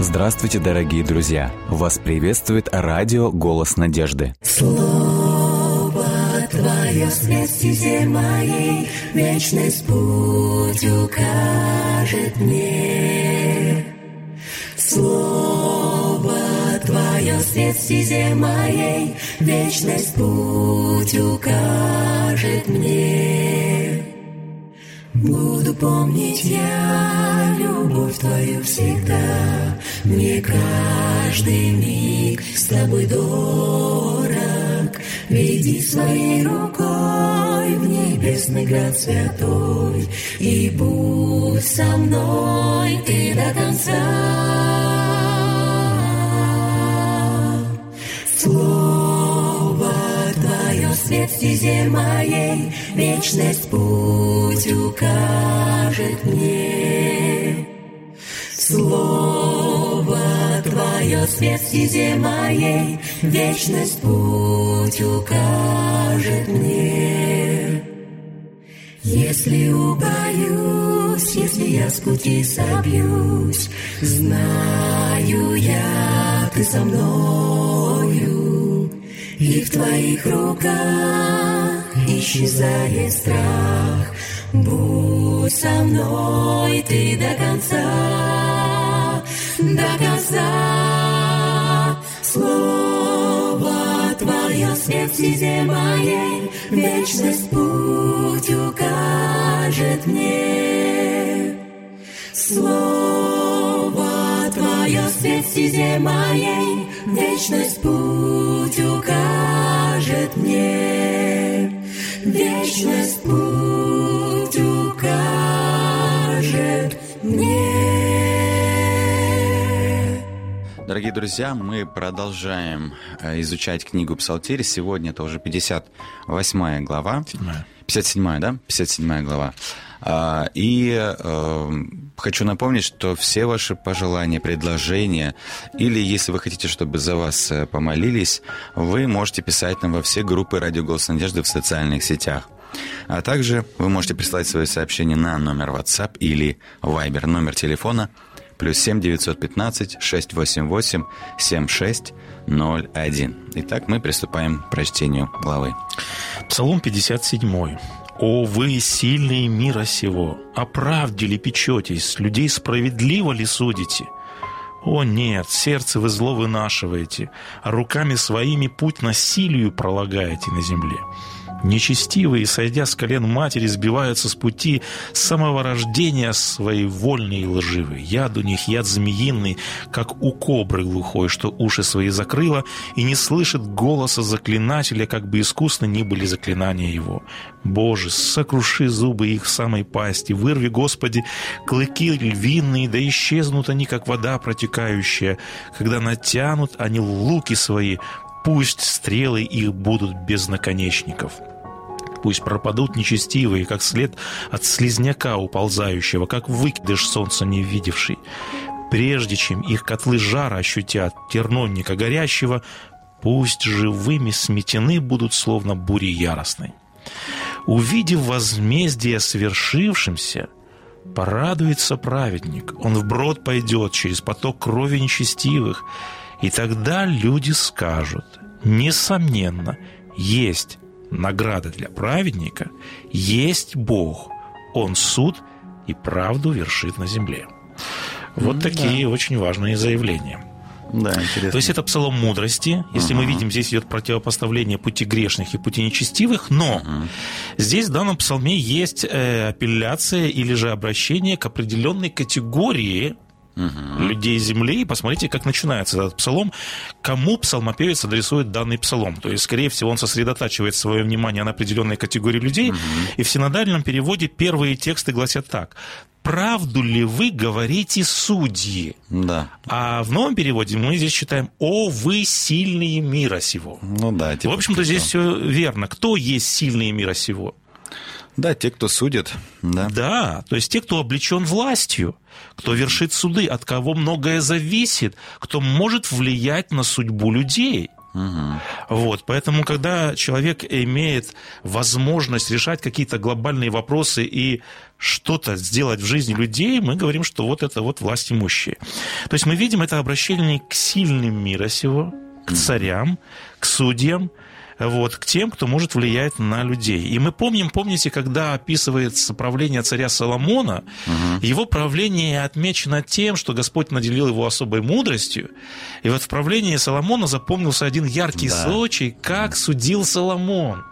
Здравствуйте, дорогие друзья! Вас приветствует радио «Голос надежды». Слово Твое свет стезе моей, вечность путь укажет мне. Слово Твое свет стезе моей, вечность путь укажет мне. Буду помнить я любовь Твою всегда, мне каждый миг с Тобой дорог. Веди своей рукой в небесный град святой, и будь со мной Ты до конца. Слово Твое свет стезе моей, вечность путь укажет мне. Слово Твое свет стезе моей, вечность путь укажет мне. Если убоюсь, если я с пути собьюсь, знаю я, Ты со мною, и в Твоих руках исчезает страх. Будь со мной Ты до конца, до конца. Слово Твое свет стезе моей, вечность путь укажет мне. Слово Твое свет стезе моей, вечность путь укажет мне. Вечность путь укажет мне. Дорогие друзья, мы продолжаем изучать книгу Псалтирь. Сегодня это уже 58 глава. 57, да? 57 глава. И хочу напомнить, что все ваши пожелания, предложения, или если вы хотите, чтобы за вас помолились, вы можете писать нам во все группы «Радио Голос Надежды» в социальных сетях. А также вы можете присылать свои сообщения на номер WhatsApp или Viber. Номер телефона +7 915 688 7601. Итак, мы приступаем к прочтению главы. Псалом 57. «О, вы, сильные мира сего, о правде ли печетесь, людей справедливо ли судите? О, нет, сердце вы зло вынашиваете, а руками своими путь насилию пролагаете на земле. Нечестивые, сойдя с колен матери, сбиваются с пути с самого рождения своей вольные и лживые. Яд у них, яд змеиный, как у кобры глухой, что уши свои закрыла, и не слышит голоса заклинателя, как бы искусны ни были заклинания его. Боже, сокруши зубы их в самой пасти, вырви, Господи, клыки львиные, да исчезнут они, как вода протекающая. Когда натянут они луки свои, пусть стрелы их будут без наконечников. Пусть пропадут нечестивые, как след от слизняка уползающего, как выкидыш солнца не видевший. Прежде чем их котлы жара ощутят, терновника горящего, пусть живыми сметены будут, словно бури яростной. Увидев возмездие свершившимся, порадуется праведник, он вброд пойдет через поток крови нечестивых, и тогда люди скажут: несомненно, есть награда для праведника, есть Бог, Он суд и правду вершит на земле». Вот такие очень важные заявления. Да, интересно. То есть это псалом мудрости. Если мы видим, здесь идет противопоставление пути грешных и пути нечестивых, но здесь в данном псалме есть апелляция или же обращение к определенной категории людей земли. И посмотрите, как начинается этот псалом, кому псалмопевец адресует данный псалом. То есть, скорее всего, он сосредотачивает свое внимание на определенной категории людей. И в синодальном переводе первые тексты гласят так: «Правду ли вы говорите, судьи?» Да. А в новом переводе мы здесь читаем: «О, вы, сильные мира сего». Ну да. В общем-то, здесь все верно. Кто есть сильные мира сего? Да, те, кто судит. Да, то есть те, кто облечен властью, кто вершит суды, от кого многое зависит, кто может влиять на судьбу людей. Вот, поэтому, когда человек имеет возможность решать какие-то глобальные вопросы и что-то сделать в жизни людей, мы говорим, что вот это вот власть имущие. То есть мы видим это обращение к сильным мира сего, к царям, к судьям, вот, к тем, кто может влиять на людей. И мы помните, когда описывается правление царя Соломона, его правление отмечено тем, что Господь наделил его особой мудростью. И вот в правлении Соломона запомнился один яркий случай, как судил Соломон.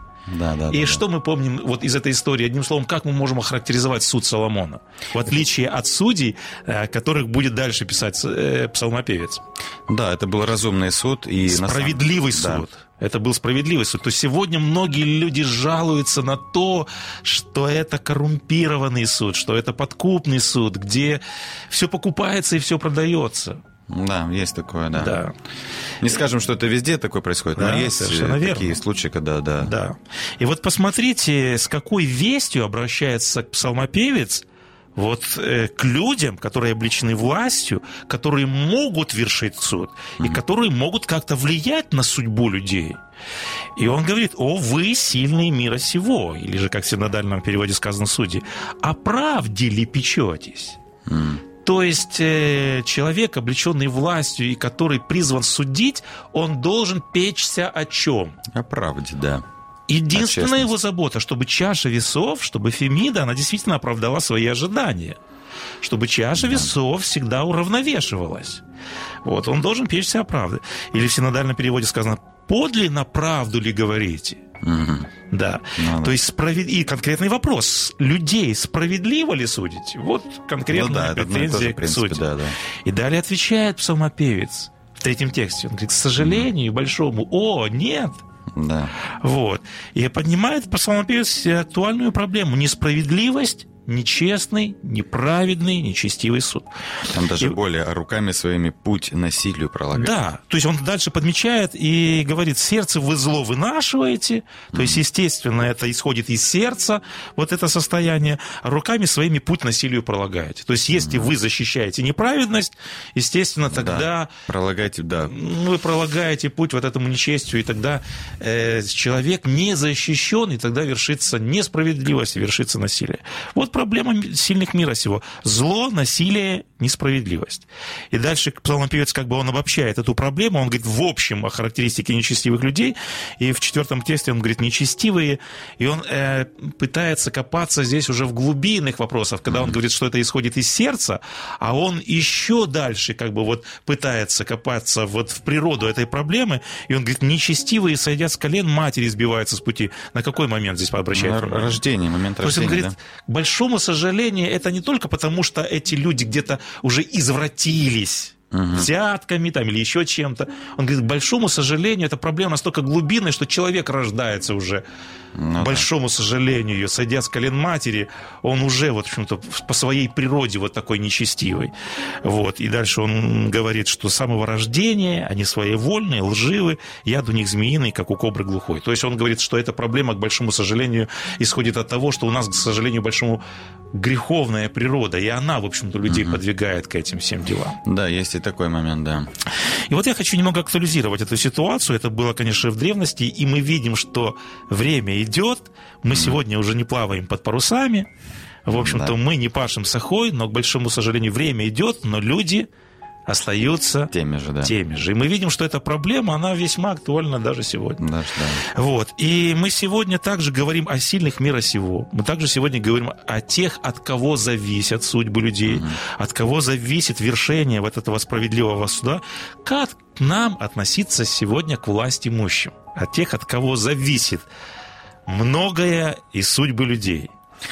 И что мы помним вот из этой истории? Одним словом, как мы можем охарактеризовать суд Соломона? В отличие от судей, которых будет дальше писать псалмопевец. Да, это был разумный суд. И справедливый суд. Это был справедливый суд. То есть сегодня многие люди жалуются на то, что это коррумпированный суд, что это подкупный суд, где все покупается и все продается. Да, есть такое, да. Не скажем, что это везде такое происходит, но есть такие случаи, когда, Да. И вот посмотрите, с какой вестью обращается псалмопевец вот к людям, которые облечены властью, которые могут вершить суд и которые могут как-то влиять на судьбу людей. И он говорит: «О, вы сильные мира сего», или же, как в синодальном переводе сказано, судьи, «о правде ли печетесь?» То есть человек, облеченный властью и который призван судить, он должен печься о чем? О правде, да. Единственная его забота, чтобы чаша весов, чтобы Фемида, она действительно оправдала свои ожидания. Чтобы чаша весов всегда уравновешивалась. Вот, он должен печься о правде. Или в синодальном переводе сказано: «Подлинно правду ли говорите?» Да. То есть и конкретный вопрос: людей справедливо ли судить? Вот конкретная претензия к судьям. И далее отвечает псалмопевец в 3 тексте. Он говорит: к сожалению большому, нет. Да. Вот. И поднимает псалмопевец актуальную проблему: несправедливость, нечестный, неправедный, нечестивый суд. Там даже более руками своими путь насилию пролагает. Да, то есть он дальше подмечает и говорит: сердце вы зло вынашиваете, то есть, естественно, это исходит из сердца, вот это состояние, а руками своими путь насилию пролагаете. То есть, если вы защищаете неправедность, естественно, тогда пролагаете, вы пролагаете путь вот этому нечестию, и тогда человек не защищен, и тогда вершится несправедливость, вершится насилие. Вот проблема сильных мира сего. Зло, насилие, несправедливость. И дальше псалмопевец он обобщает эту проблему. Он говорит в общем о характеристике нечестивых людей. И в 4 тексте он говорит: нечестивые. И он пытается копаться здесь уже в глубинных вопросах, когда он говорит, что это исходит из сердца, а он еще дальше пытается копаться в природу этой проблемы. И он говорит: нечестивые, сойдя с колен, матери сбиваются с пути. На какой момент здесь обращается? Рождение, момент рождения. То есть он говорит, к большому сожалению, это не только потому, что эти люди где-то уже извратились взятками или еще чем-то. Он говорит, к большому сожалению, эта проблема настолько глубинная, что человек рождается уже, к большому сожалению, сойдя с колен матери, он уже в общем-то, по своей природе такой нечестивый. И дальше он говорит, что с самого рождения они своевольные, лживы, яд у них змеиный, как у кобры глухой. То есть он говорит, что эта проблема, к большому сожалению, исходит от того, что у нас, к сожалению, большому греховная природа, и она, в общем-то, людей подвигает к этим всем делам. Да, есть и такой момент, да. И я хочу немного актуализировать эту ситуацию. Это было, конечно, в древности, и мы видим, что время идет, мы сегодня уже не плаваем под парусами, в общем-то, мы не пашем сахой, но, к большому сожалению, время идет, но люди остаются теми же. И мы видим, что эта проблема, она весьма актуальна даже сегодня. И мы сегодня также говорим о сильных мира сего. Мы также сегодня говорим о тех, от кого зависят судьбы людей, от кого зависит вершение этого справедливого суда. Как нам относиться сегодня к власть имущим? От тех, от кого зависит многое из судьбы людей.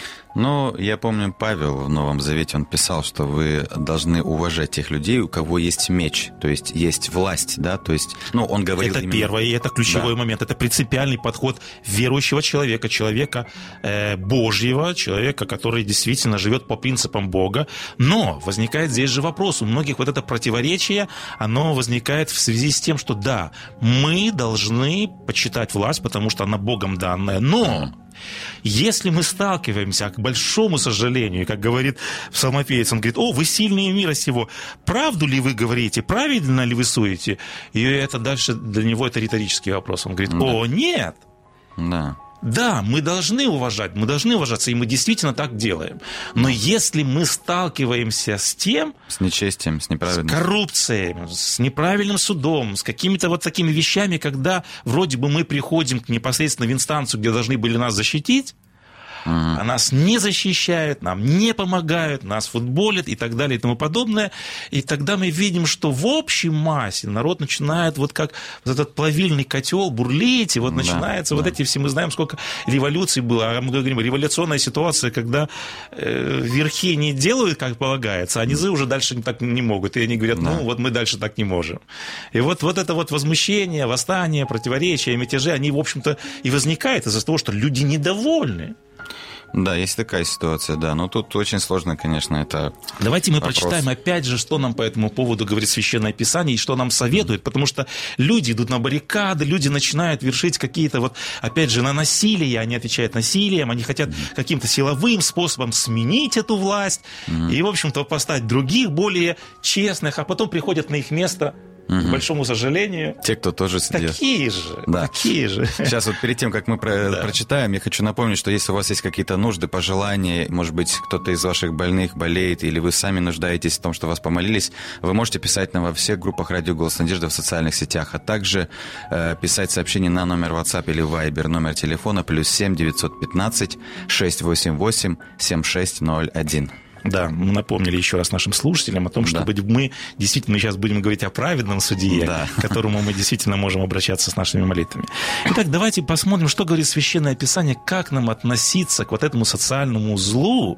Я помню, Павел в Новом Завете, он писал, что вы должны уважать тех людей, у кого есть меч, то есть есть власть, да, то есть, он говорил это именно... первое, и это ключевой момент, это принципиальный подход верующего человека Божьего, человека, который действительно живет по принципам Бога, но возникает здесь же вопрос, у многих это противоречие, оно возникает в связи с тем, что да, мы должны почитать власть, потому что она Богом данная, но... Если мы сталкиваемся, к большому сожалению, как говорит псалмопевец, он говорит: «О, вы сильные мира сего, правду ли вы говорите, правильно ли вы судите?» И это дальше для него это риторический вопрос. Он говорит: «О, нет». Да. Да, мы должны уважаться, и мы действительно так делаем. Но если мы сталкиваемся с тем... С нечестием, с неправильностью. С коррупцией, с неправильным судом, с какими-то вот такими вещами, когда вроде бы мы приходим непосредственно в инстанцию, где должны были нас защитить, а нас не защищают, нам не помогают, нас футболят и так далее и тому подобное. И тогда мы видим, что в общей массе народ начинает вот как вот этот плавильный котел бурлить, и вот начинается вот эти все, мы знаем, сколько революций было, а мы говорим, революционная ситуация, когда верхи не делают, как полагается, а низы уже дальше так не могут, и они говорят: ну вот мы дальше так не можем. И вот это вот возмущение, восстание, противоречия, мятежи, они, в общем-то, и возникают из-за того, что люди недовольны. Да, есть такая ситуация, да. Но тут очень сложно, конечно, это Давайте мы вопрос. прочитаем опять же, что нам по этому поводу говорит Священное Писание и что нам советует, потому что люди идут на баррикады, люди начинают вершить какие-то вот, опять же, на насилие, они отвечают насилием, они хотят каким-то силовым способом сменить эту власть и, в общем-то, поставить других, более честных, а потом приходят на их место, к большому сожалению, те, кто тоже сидят. Такие же. Сейчас вот перед тем, как мы прочитаем, я хочу напомнить, что если у вас есть какие-то нужды, пожелания, может быть, кто-то из ваших больных болеет, или вы сами нуждаетесь в том, что вас помолились, вы можете писать нам во всех группах «Радио Голос Надежды» в социальных сетях, а также писать сообщения на номер WhatsApp или Viber, номер телефона +7 915 688 7601. Да, мы напомнили еще раз нашим слушателям о том, что мы действительно сейчас будем говорить о праведном судье, к которому мы действительно можем обращаться с нашими молитвами. Итак, давайте посмотрим, что говорит Священное Писание, как нам относиться к вот этому социальному злу,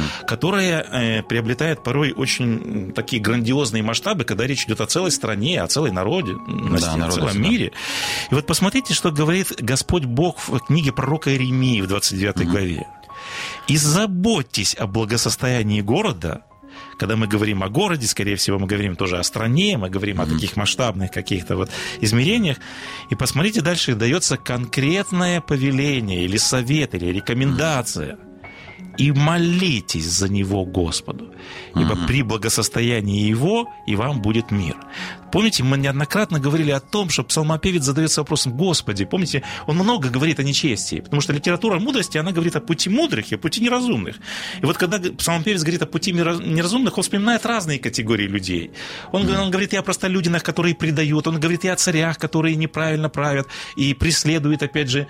которое приобретает порой очень такие грандиозные масштабы, когда речь идет о целой стране, о целой народе, о целом мире. И вот посмотрите, что говорит Господь Бог в книге пророка Иеремии в 29 главе. «И заботьтесь о благосостоянии города». Когда мы говорим о городе, скорее всего, мы говорим тоже о стране, мы говорим о таких масштабных каких-то вот измерениях. И посмотрите, дальше дается конкретное повеление или совет, или рекомендация. «И молитесь за него Господу, ибо при благосостоянии его и вам будет мир». Помните, мы неоднократно говорили о том, что псалмопевец задается вопросом: Господи, помните, он много говорит о нечестии, потому что литература мудрости, она говорит о пути мудрых и о пути неразумных. И вот когда псалмопевец говорит о пути неразумных, он вспоминает разные категории людей. Он говорит и о простолюдинах, которые предают, он говорит и о царях, которые неправильно правят и преследуют, опять же,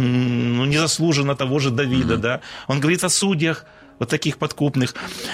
незаслуженно того же Давида, да. Он говорит о судьях, вот таких подкупных.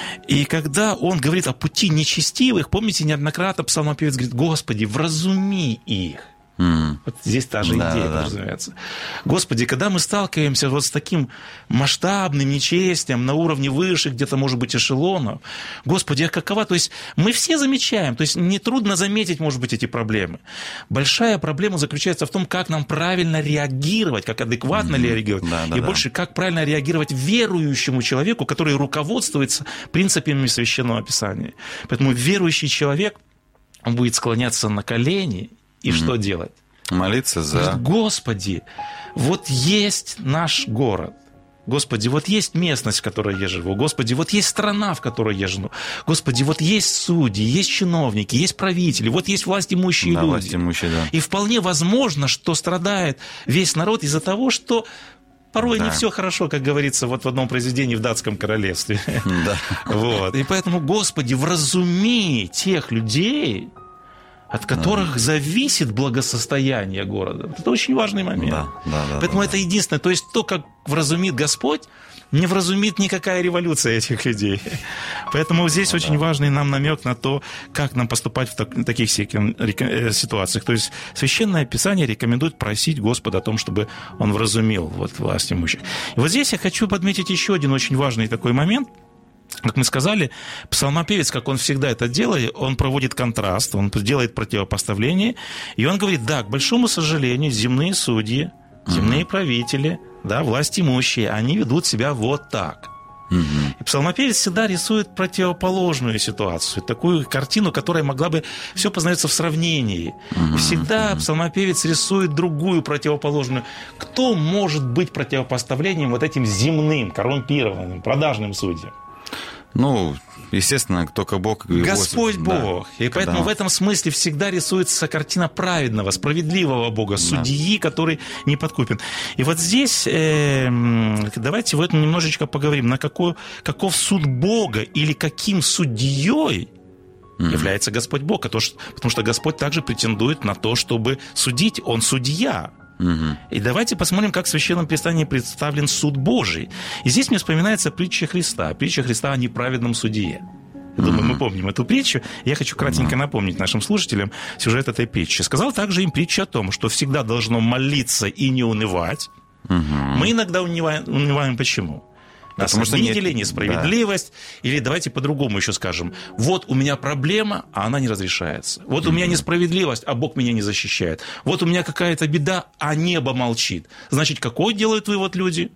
И когда он говорит о пути нечестивых, помните, неоднократно псалмопевец говорит: Господи, вразуми их. Вот здесь та же идея подразумевается. Господи, когда мы сталкиваемся вот с таким масштабным нечестием на уровне выше, где-то, может быть, эшелонов, Господи, а какова? То есть мы все замечаем, то есть нетрудно заметить, может быть, эти проблемы. Большая проблема заключается в том, как нам правильно реагировать, как адекватно реагировать, и больше, как правильно реагировать верующему человеку, который руководствуется принципами Священного Писания. Поэтому верующий человек, он будет склоняться на колени. И что делать? Молиться за... Господи, вот есть наш город. Господи, вот есть местность, в которой я живу. Господи, вот есть страна, в которой я живу. Господи, вот есть судьи, есть чиновники, есть правители, вот есть властимущие люди. Властимущие, да. И вполне возможно, что страдает весь народ из-за того, что порой не все хорошо, как говорится вот в одном произведении в датском королевстве. Вот. И поэтому, Господи, вразуми тех людей, от которых зависит благосостояние города. Это очень важный момент. Поэтому это единственное. То есть то, как вразумит Господь, не вразумит никакая революция этих людей. Поэтому здесь очень важный нам намек на то, как нам поступать в таких ситуациях. То есть Священное Писание рекомендует просить Господа о том, чтобы Он вразумил вот власть имущих. И вот здесь я хочу подметить еще один очень важный такой момент. Как мы сказали, псалмопевец, как он всегда это делает, он проводит контраст, он делает противопоставление, и он говорит: да, к большому сожалению, земные судьи, земные правители, да, власть имущие, они ведут себя вот так. И псалмопевец всегда рисует противоположную ситуацию, такую картину, которая могла бы все познается в сравнении. И всегда псалмопевец рисует другую противоположную. Кто может быть противопоставлением вот этим земным, коррумпированным, продажным судьям? Ну, естественно, только Бог. Господь Бог. Да. И поэтому в этом смысле всегда рисуется картина праведного, справедливого Бога, судьи, который не подкупен. И вот здесь давайте в этом немножечко поговорим, на каков суд Бога или каким судьей является Господь Бог. Потому что Господь также претендует на то, чтобы судить. Он судья. И давайте посмотрим, как в Священном Писании представлен суд Божий. И здесь мне вспоминается притча Христа. Притча Христа о неправедном судье. Я думаю, мы помним эту притчу. Я хочу кратенько напомнить нашим слушателям сюжет этой притчи. Сказал также им притча о том, что всегда должно молиться и не унывать. Мы иногда унываем почему? Нас обидели, несправедливость. Да. Или давайте по-другому еще скажем. Вот у меня проблема, а она не разрешается. Вот у меня несправедливость, а Бог меня не защищает. Вот у меня какая-то беда, а небо молчит. Значит, какой делают вывод люди?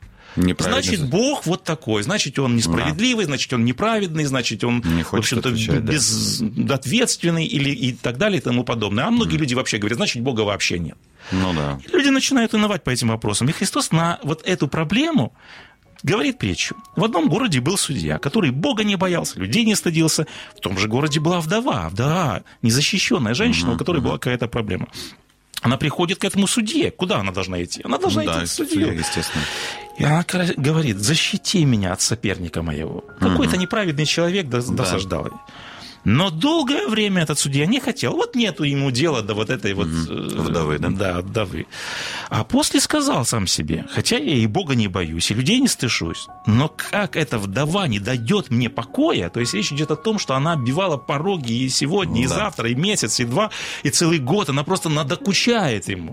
Значит, Бог вот такой. Значит, он несправедливый, значит, он неправедный, значит, он, в общем-то, безответственный и так далее и тому подобное. А многие люди вообще говорят, значит, Бога вообще нет. Ну да. И люди начинают унывать по этим вопросам. И Христос на вот эту проблему говорит притчу. В одном городе был судья, который Бога не боялся, людей не стыдился. В том же городе была вдова, незащищенная женщина, у которой была какая-то проблема. Она приходит к этому судье. Куда она должна идти? Она должна идти к судье. Естественно. И она говорит, защити меня от соперника моего. Какой-то неправедный человек досаждал ей. Но долгое время этот судья не хотел. Вот нету ему дела до вот этой вот вдовы, да? Да, вдовы. А после сказал сам себе, хотя я и Бога не боюсь, и людей не стыжусь, но как эта вдова не дает мне покоя, то есть речь идет о том, что она оббивала пороги и сегодня, и завтра, и месяц, и два, и целый год, она просто надокучает ему.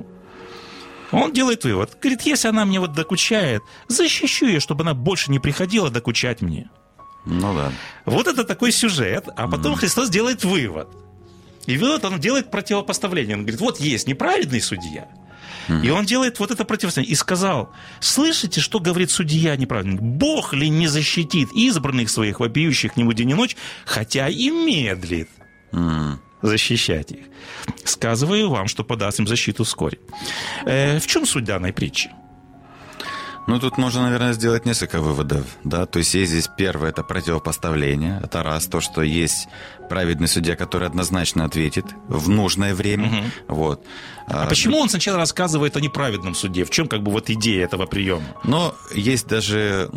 Он делает вывод. Говорит, если она мне вот докучает, защищу ее, чтобы она больше не приходила докучать мне. Ну да. Вот это такой сюжет, а потом Христос делает вывод. И вывод он делает противопоставление. Он говорит, вот есть неправедный судья, и он делает вот это противопоставление. И сказал, слышите, что говорит судья неправедный? Бог ли не защитит избранных своих, вопиющих к нему день и ночь, хотя и медлит защищать их? Сказываю вам, что подаст им защиту вскоре. В чем суть данной притчи? Ну, тут можно, наверное, сделать несколько выводов, да, то есть здесь первое – это противопоставление, это раз, то, что есть праведный судья, который однозначно ответит в нужное время, вот. А почему он сначала рассказывает о неправедном суде? В чем, как бы, вот идея этого приема? Но есть даже,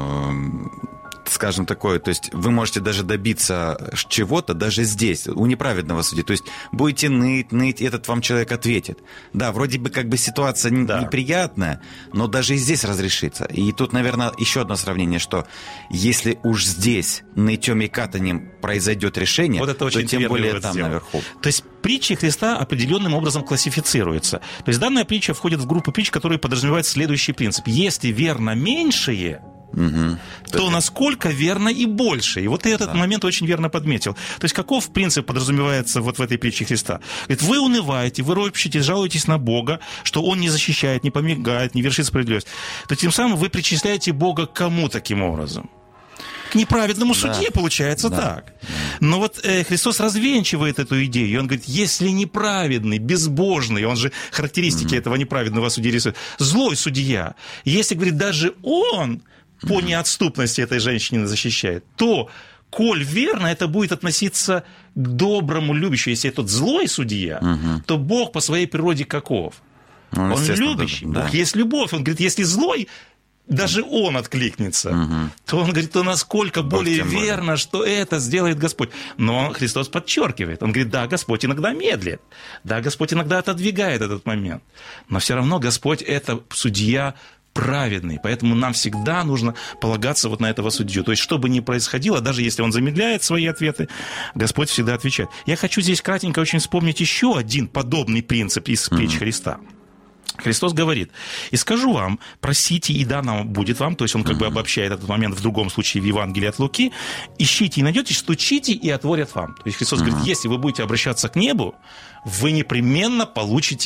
скажем, такое, то есть вы можете даже добиться чего-то даже здесь, у неправедного судьи. То есть будете ныть, и этот вам человек ответит. Да, вроде бы как бы ситуация неприятная, но даже и здесь разрешится. И тут, наверное, еще одно сравнение, что если уж здесь нытьем и катанием произойдет решение, вот это то тем более там наверху. То есть притчи Христа определенным образом классифицируются. То есть данная притча входит в группу притч, которые подразумевают следующий принцип. Если верно меньшее, то насколько верно и больше. И вот ты этот момент очень верно подметил. То есть каков принцип подразумевается вот в этой притче Христа? Говорит, вы унываете, вы ропщите, жалуетесь на Бога, что Он не защищает, не помогает, не вершит справедливость. То тем самым вы причисляете Бога к кому таким образом? К неправедному судье, получается так. Но вот Христос развенчивает эту идею, и Он говорит, если неправедный, безбожный, он же характеристики этого неправедного судьи рисует, злой судья, если, говорит, даже он по неотступности этой женщины защищает, то, коль верно, это будет относиться к доброму, любящему. Если этот злой судья, то Бог по своей природе каков? Он любящий. Бог есть любовь. Он говорит, если злой, даже он откликнется, то он говорит, то насколько более верно, что это сделает Господь. Но Христос подчеркивает. Он говорит, да, Господь иногда медлит. Да, Господь иногда отодвигает этот момент. Но все равно Господь – это судья праведный, поэтому нам всегда нужно полагаться вот на этого судью. То есть, что бы ни происходило, даже если он замедляет свои ответы, Господь всегда отвечает. Я хочу здесь кратенько очень вспомнить еще один подобный принцип из притч Христа. Христос говорит, и скажу вам, просите, и дано будет вам, то есть он как бы обобщает этот момент в другом случае в Евангелии от Луки, ищите и найдете, стучите и отворят вам. То есть Христос говорит, если вы будете обращаться к небу, вы непременно получите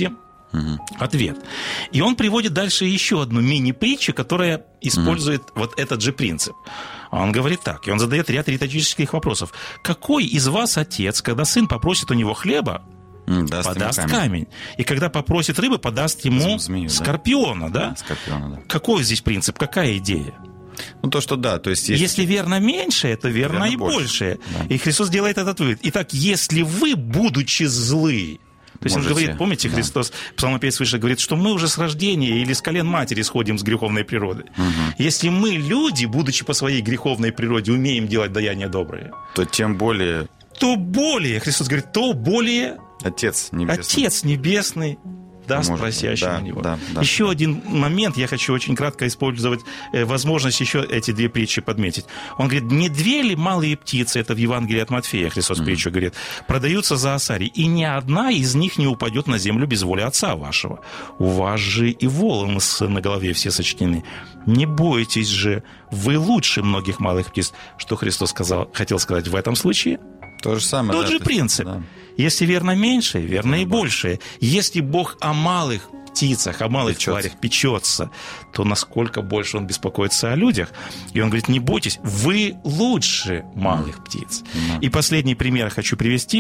Ответ. И он приводит дальше еще одну мини-притчу, которая использует вот этот же принцип. Он говорит так, и он задает ряд риторических вопросов. Какой из вас отец, когда сын попросит у него хлеба, подаст камень? И когда попросит рыбы, подаст ему змею, скорпиона, да? Скорпиона, да. Какой здесь принцип, какая идея? Ну, то, что да, то есть... Если верно меньшее, то верно и большее. Да. И Христос делает этот вывод. Итак, если вы, будучи злы... То есть он говорит, помните, Христос, псалмопевец выше говорит, что мы уже с рождения или с колен матери сходим с греховной природы. Если мы, люди, будучи по своей греховной природе, умеем делать даяния добрые, то тем более... То более, Христос говорит, то более... Отец Небесный даст просящему него. Еще один момент, я хочу очень кратко использовать возможность еще эти две притчи подметить. Он говорит, не две ли малые птицы, это в Евангелии от Матфея Христос притчу говорит, продаются за осарий, и ни одна из них не упадет на землю без воли Отца вашего. У вас же и волосы на голове все сочтены. Не бойтесь же, вы лучше многих малых птиц. Что Христос хотел сказать в этом случае? То же самое. Тот же принцип. Да. Если верно меньшее, верно и большее. Если Бог о малых птицах, о малых тварях печется, то насколько больше Он беспокоится о людях. И Он говорит, не бойтесь, вы лучше малых птиц. И последний пример хочу привести.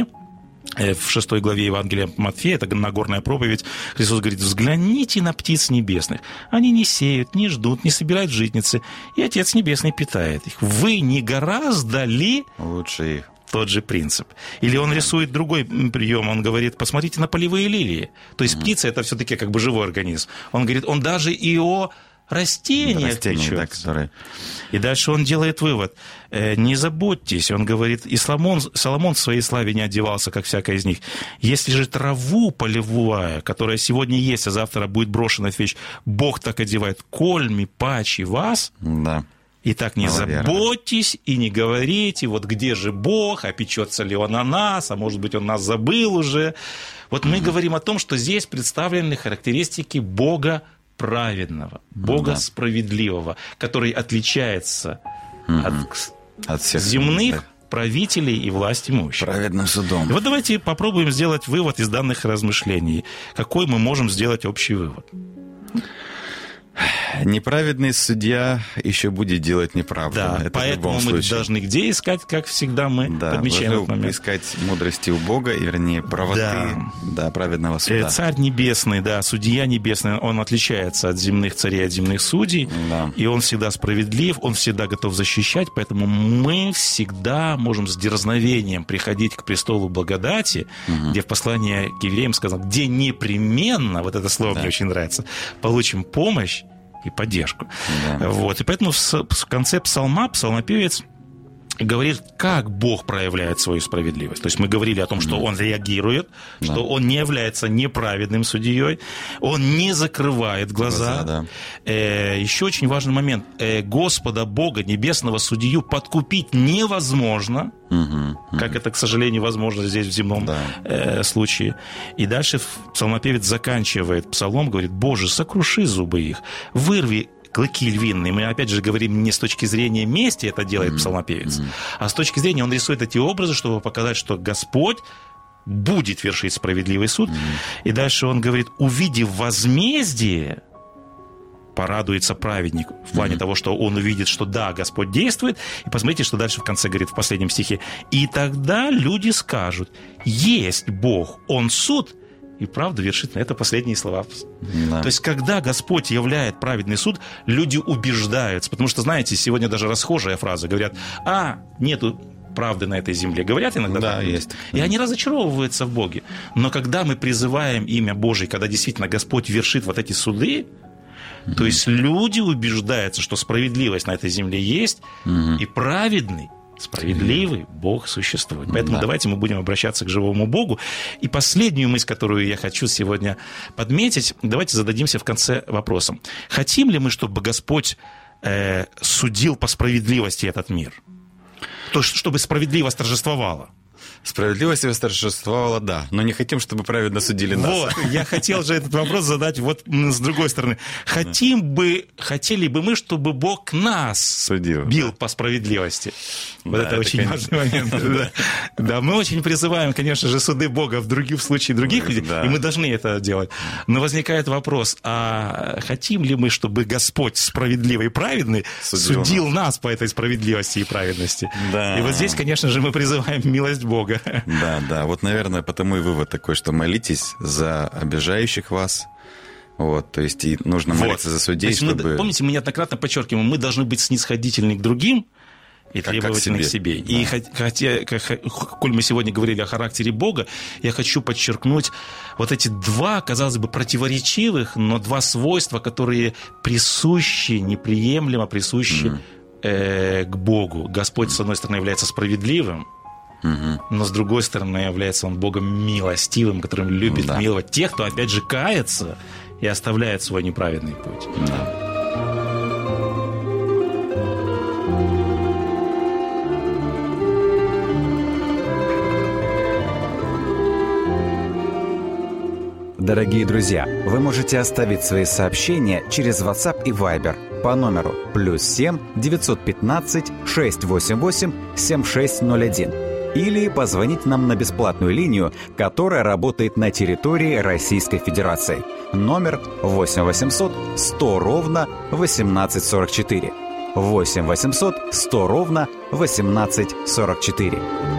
В 6 главе Евангелия от Матфея, это Нагорная проповедь, Христос говорит, взгляните на птиц небесных. Они не сеют, не ждут, не собирают в житницы, и Отец Небесный питает их. Вы не гораздо ли... Лучше их. Тот же принцип. Или он рисует другой прием, он говорит, посмотрите на полевые лилии. То есть птица – это все-таки как бы живой организм. Он говорит, он даже и о растениях печется. И дальше он делает вывод. Не заботьтесь, он говорит, и Соломон в своей славе не одевался, как всякая из них. Если же траву полевую, которая сегодня есть, а завтра будет брошена в вещь, Бог так одевает, кольми паче вас... Да. Итак, не заботьтесь и не говорите, вот где же Бог, а печется ли Он о нас, а может быть, Он нас забыл уже. Вот мы говорим о том, что здесь представлены характеристики Бога праведного, Бога справедливого, который отличается от всех земных правителей и власть имущих. Праведным судом. И вот давайте попробуем сделать вывод из данных размышлений. Какой мы можем сделать общий вывод? Неправедный судья еще будет делать неправду. Да, это поэтому мы должны где искать, как всегда мы подмечаем этот момент. Искать мудрости у Бога, и, вернее, правоты праведного суда. Царь небесный, судья небесный, он отличается от земных царей, от земных судей, и он всегда справедлив, он всегда готов защищать, поэтому мы всегда можем с дерзновением приходить к престолу благодати, где в послании к евреям сказано, где непременно, вот это слово мне очень нравится, получим помощь и поддержку. Вот. И поэтому в конце псалма псалмопевец говорит, как Бог проявляет свою справедливость. То есть мы говорили о том, что Он реагирует, что Он не является неправедным судьей, Он не закрывает глаза. Еще очень важный момент. Господа Бога, небесного судью, подкупить невозможно, как это, к сожалению, возможно здесь в земном случае. И дальше псалмопевец заканчивает псалом, говорит, Боже, сокруши зубы их, вырви клыки львиные. Мы, опять же, говорим не с точки зрения мести, это делает псалмопевец, а с точки зрения, он рисует эти образы, чтобы показать, что Господь будет вершить справедливый суд. И дальше он говорит, увидев возмездие, порадуется праведник в плане того, что он увидит, что да, Господь действует. И посмотрите, что дальше в конце говорит, в последнем стихе. И тогда люди скажут, есть Бог, Он суд, и правда вершит. Это последние слова. То есть, когда Господь являет праведный суд, люди убеждаются. Потому что, знаете, сегодня даже расхожая фраза. Говорят, нету правды на этой земле. Говорят иногда. Да, есть. И они разочаровываются в Боге. Но когда мы призываем имя Божие, когда действительно Господь вершит вот эти суды, то есть люди убеждаются, что справедливость на этой земле есть, и праведный, справедливый Бог существует. Поэтому давайте мы будем обращаться к живому Богу. И последнюю мысль, которую я хочу сегодня подметить, давайте зададимся в конце вопросом. Хотим ли мы, чтобы Господь судил по справедливости этот мир? То есть, чтобы справедливость торжествовала? Справедливость восторжествовала, да, но не хотим, чтобы праведно судили нас. Вот, я хотел же этот вопрос задать вот с другой стороны. Хотели бы мы, чтобы Бог нас бил по справедливости? Вот это очень важный момент. Да, мы очень призываем, конечно же, суды Бога в случае других людей, и мы должны это делать. Но возникает вопрос, а хотим ли мы, чтобы Господь справедливый и праведный судил нас по этой справедливости и праведности? Да. И вот здесь, конечно же, мы призываем милость Бога. Да, вот, наверное, потому и вывод такой, что молитесь за обижающих вас. Вот, то есть и нужно молиться за судей, чтобы... Помните, мы неоднократно подчеркиваем, мы должны быть снисходительны к другим и требовательны к себе. Да. И коль мы сегодня говорили о характере Бога, я хочу подчеркнуть вот эти два, казалось бы, противоречивых, но два свойства, которые присущи, неприемлемо присущи к Богу. Господь, с одной стороны, является справедливым, но с другой стороны, является Он Богом милостивым, которым любит миловать тех, кто, опять же, кается и оставляет свой неправедный путь. Да. Дорогие друзья, вы можете оставить свои сообщения через WhatsApp и Viber по номеру +7 915 688 7601 или позвонить нам на бесплатную линию, которая работает на территории Российской Федерации. Номер 8 800 100 ровно 1844. 8 800 100 ровно 1844.